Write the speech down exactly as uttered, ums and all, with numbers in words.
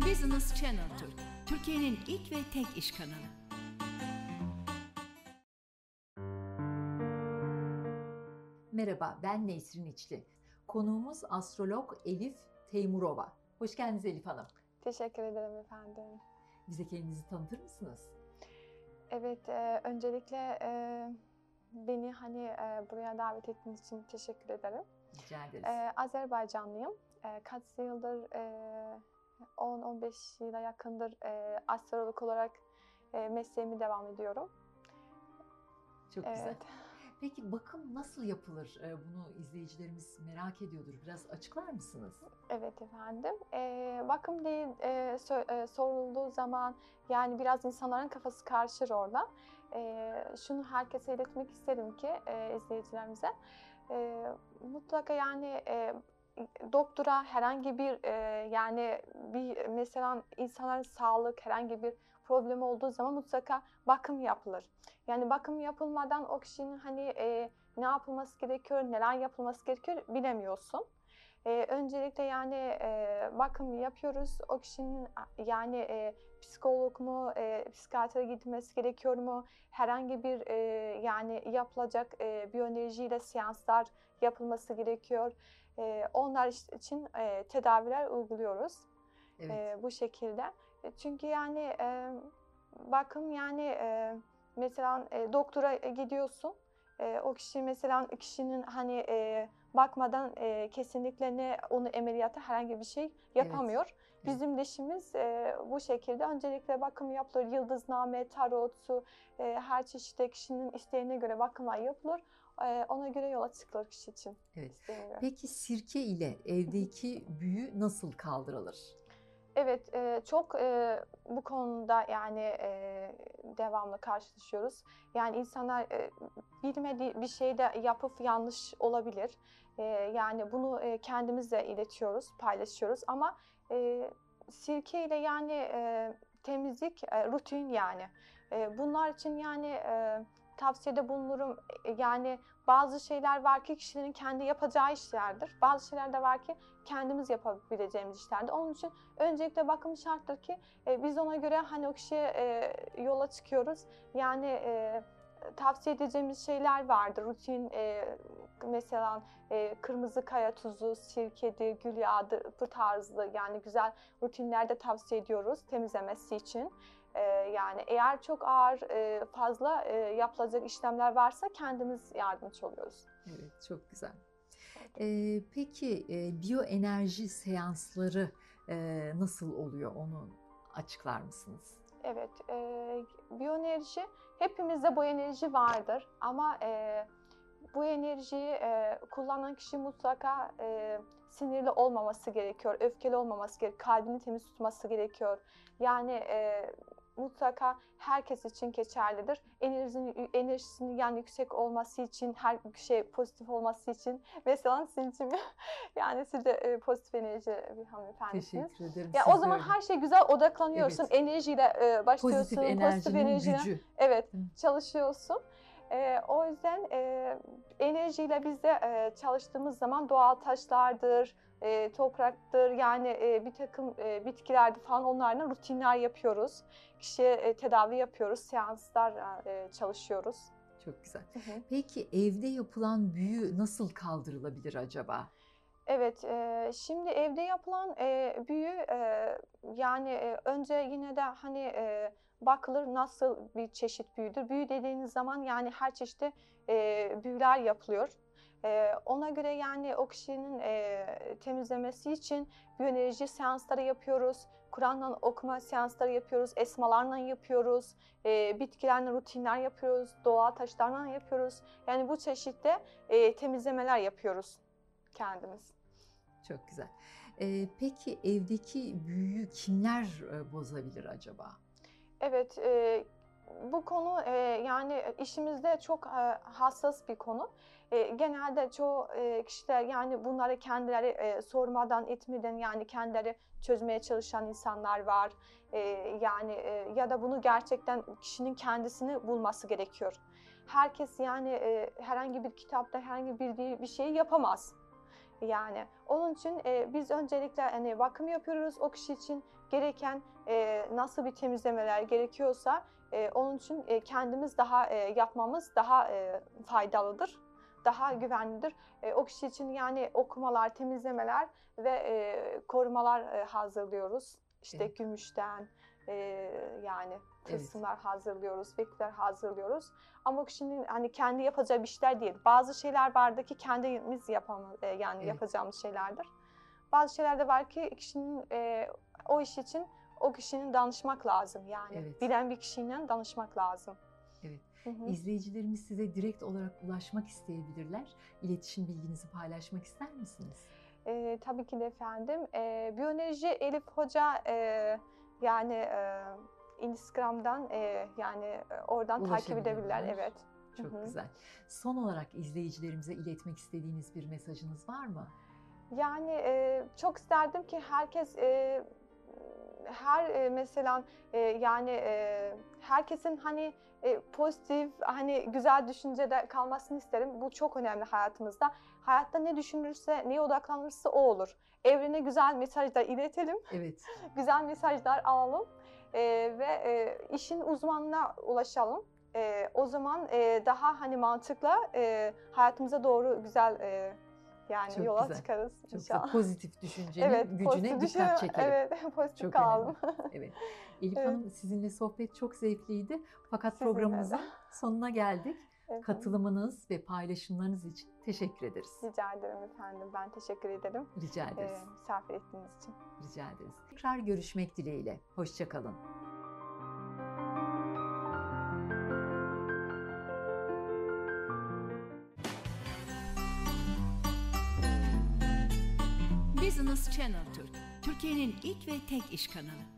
Business Channel Türk, Türkiye'nin ilk ve tek iş kanalı. Merhaba, ben Nesrin İçli. Konuğumuz astrolog Elif Teymurova. Hoş geldiniz Elif Hanım. Teşekkür ederim efendim. Bize kendinizi tanıtır mısınız? Evet, e, öncelikle e, beni hani e, buraya davet ettiğiniz için teşekkür ederim. Rica ederiz. E, Azerbaycanlıyım. E, kaç yıldır, e, on on beş yıla yakındır e, astrolog olarak e, mesleğimi devam ediyorum. Çok Evet. güzel. Peki bakım nasıl yapılır? Bunu izleyicilerimiz merak ediyordur. Biraz açıklar mısınız? Evet efendim. E, bakım değil e, so- e, sorulduğu zaman yani biraz insanların kafası karışır orada. E, şunu herkese iletmek isterim ki e, izleyicilerimize e, mutlaka yani e, doktora herhangi bir e, yani bir mesela insanların sağlık herhangi bir problem olduğu zaman mutlaka bakım yapılır. Yani bakım yapılmadan o kişinin hani e, ne yapılması gerekiyor, neler yapılması gerekiyor bilemiyorsun. Ee, öncelikle yani e, bakım yapıyoruz. O kişinin yani e, psikolog mu, e, psikiyatra gitmesi gerekiyor mu? Herhangi bir e, yani yapılacak e, biyoenerjiyle seanslar yapılması gerekiyor. E, onlar için e, tedaviler uyguluyoruz. Evet. E, bu şekilde. E, çünkü yani e, bakım yani e, mesela e, doktora gidiyorsun. E, o kişi mesela kişinin hani e, bakmadan e, kesinlikle ne onu ameliyata herhangi bir şey yapamıyor. Evet. Bizim de işimiz e, bu şekilde. Öncelikle bakım yapılır. Yıldızname, tarotu, e, her çeşitli kişinin isteğine göre bakımlar yapılır. E, ona göre yola çıkılır kişi için. Evet. Peki sirke ile evdeki büyü nasıl kaldırılır? Evet, e, çok e, bu konuda yani e, devamlı karşılaşıyoruz. Yani insanlar e, bilmediği bir şeyde yapıp yanlış olabilir. E, yani bunu e, kendimizle iletiyoruz, paylaşıyoruz. Ama e, sirke ile yani e, temizlik e, rutin yani. E, bunlar için yani e, tavsiyede bulunurum. E, yani bazı şeyler var ki kişilerin kendi yapacağı işlerdir. Bazı şeyler de var ki kendimiz yapabileceğimiz işlerdir. Onun için öncelikle bakım şarttır ki e, biz ona göre hani o kişiye e, yola çıkıyoruz. Yani e, tavsiye edeceğimiz şeyler vardır. Rutin e, mesela e, kırmızı kaya tuzu, sirkedi, gül yağıdır bu tarzı yani güzel rutinlerde tavsiye ediyoruz temizlemesi için. E, yani eğer çok ağır e, fazla e, yapılacak işlemler varsa kendimiz yardımcı oluyoruz. Evet, çok güzel. Ee, peki e, biyoenerji seansları e, nasıl oluyor? Onu açıklar mısınız? Evet, e, biyoenerji, hepimizde bu enerji vardır ama e, bu enerjiyi e, kullanan kişi mutlaka e, sinirli olmaması gerekiyor, öfkeli olmaması gerekiyor, kalbini temiz tutması gerekiyor. Yani e, mutlaka herkes için geçerlidir. Enerjisinin, enerjisinin yani yüksek olması için, her şey pozitif olması için mesela sizin için yani siz de e, pozitif enerji bir hanımefendisiniz. Teşekkür ederim. Ya Siz o zaman öyle. her şey güzel odaklanıyorsun, Evet. enerjiyle e, başlıyorsun, Pozitif enerjinin pozitif enerjiyle gücü. evet çalışıyorsun. E, o yüzden e, enerjiyle biz de e, çalıştığımız zaman doğal taşlardır, e, topraktır yani e, bir takım e, bitkilerdi falan onlarla rutinler yapıyoruz. Kişiye e, tedavi yapıyoruz, seanslar e, çalışıyoruz. Çok güzel. Hı hı. Peki evde yapılan büyü nasıl kaldırılabilir acaba? Evet, e, şimdi evde yapılan e, büyü e, yani e, önce yine de hani e, bakılır nasıl bir çeşit büyüdür. Büyü dediğiniz zaman yani her çeşitli e, büyüler yapılıyor. E, ona göre yani o kişinin e, temizlemesi için biyoenerji seansları yapıyoruz. Kur'an'la okuma seansları yapıyoruz, esmalarla yapıyoruz, e, bitkilerle rutinler yapıyoruz, doğal taşlarla yapıyoruz. Yani bu çeşitli e, temizlemeler yapıyoruz kendimiz. Çok güzel. Ee, peki evdeki büyüyü kimler e, bozabilir acaba? Evet, e, bu konu e, yani işimizde çok e, hassas bir konu. E, genelde çoğu e, kişiler yani bunları kendileri e, sormadan etmeden yani kendileri çözmeye çalışan insanlar var. E, yani e, ya da bunu gerçekten kişinin kendisini bulması gerekiyor. Herkes yani e, herhangi bir kitapta herhangi bir bildiği bir şeyi yapamaz. Yani onun için e, biz öncelikle hani bakım yapıyoruz. O kişi için gereken e, nasıl bir temizlemeler gerekiyorsa e, onun için e, kendimiz daha e, yapmamız daha e, faydalıdır. Daha güvenlidir. E, o kişi için yani okumalar, temizlemeler ve e, korumalar e, hazırlıyoruz. İşte Evet. gümüşten e, yani Evet. tılsımlar hazırlıyoruz, vekler hazırlıyoruz. Ama o kişinin hani kendi yapacağı bir şeyler değil. Bazı şeyler vardır ki kendimiz yapamaz, e, yani Evet. yapacağımız şeylerdir. Bazı şeyler de var ki kişinin e, o iş için o kişinin danışmak lazım yani. Evet. Bilen bir kişiyle danışmak lazım. Evet. Hı hı. İzleyicilerimiz size direkt olarak ulaşmak isteyebilirler. İletişim bilginizi paylaşmak ister misiniz? E, tabii ki de efendim. E, Biyoenerji Elif Hoca e, yani e, Instagram'dan e, yani e, oradan takip edebilirler. Ulaşabilirler. Evet. Çok Hı hı. güzel. Son olarak izleyicilerimize iletmek istediğiniz bir mesajınız var mı? Yani e, çok isterdim ki herkes e, her e, mesela e, yani e, herkesin hani e, pozitif hani güzel düşüncede kalmasını isterim. Bu çok önemli hayatımızda. Hayatta ne düşünürse, neye odaklanırsa o olur. Evrene güzel mesajlar iletelim, Evet. güzel mesajlar alalım e, ve e, işin uzmanına ulaşalım. E, o zaman e, daha hani mantıklı e, hayatımıza doğru güzel e, yani Çok yola güzel. çıkarız Çok inşallah. güzel. Pozitif düşüncenin Evet, gücüne pozitif dikkat düşünün. çekelim. Evet, pozitif Çok kalalım. önemli. Evet. Elif Evet. Hanım, sizinle sohbet çok zevkliydi. Fakat Sizinle de. programımızın sonuna geldik. Efendim, Katılımınız ve paylaşımlarınız için teşekkür ederiz. rica ederim efendim. Ben teşekkür ederim. Rica Ee, ederiz. misafir ettiğiniz için. Rica ederiz. Tekrar görüşmek dileğiyle. Hoşça kalın. Business Channel Türk, Türkiye'nin ilk ve tek iş kanalı.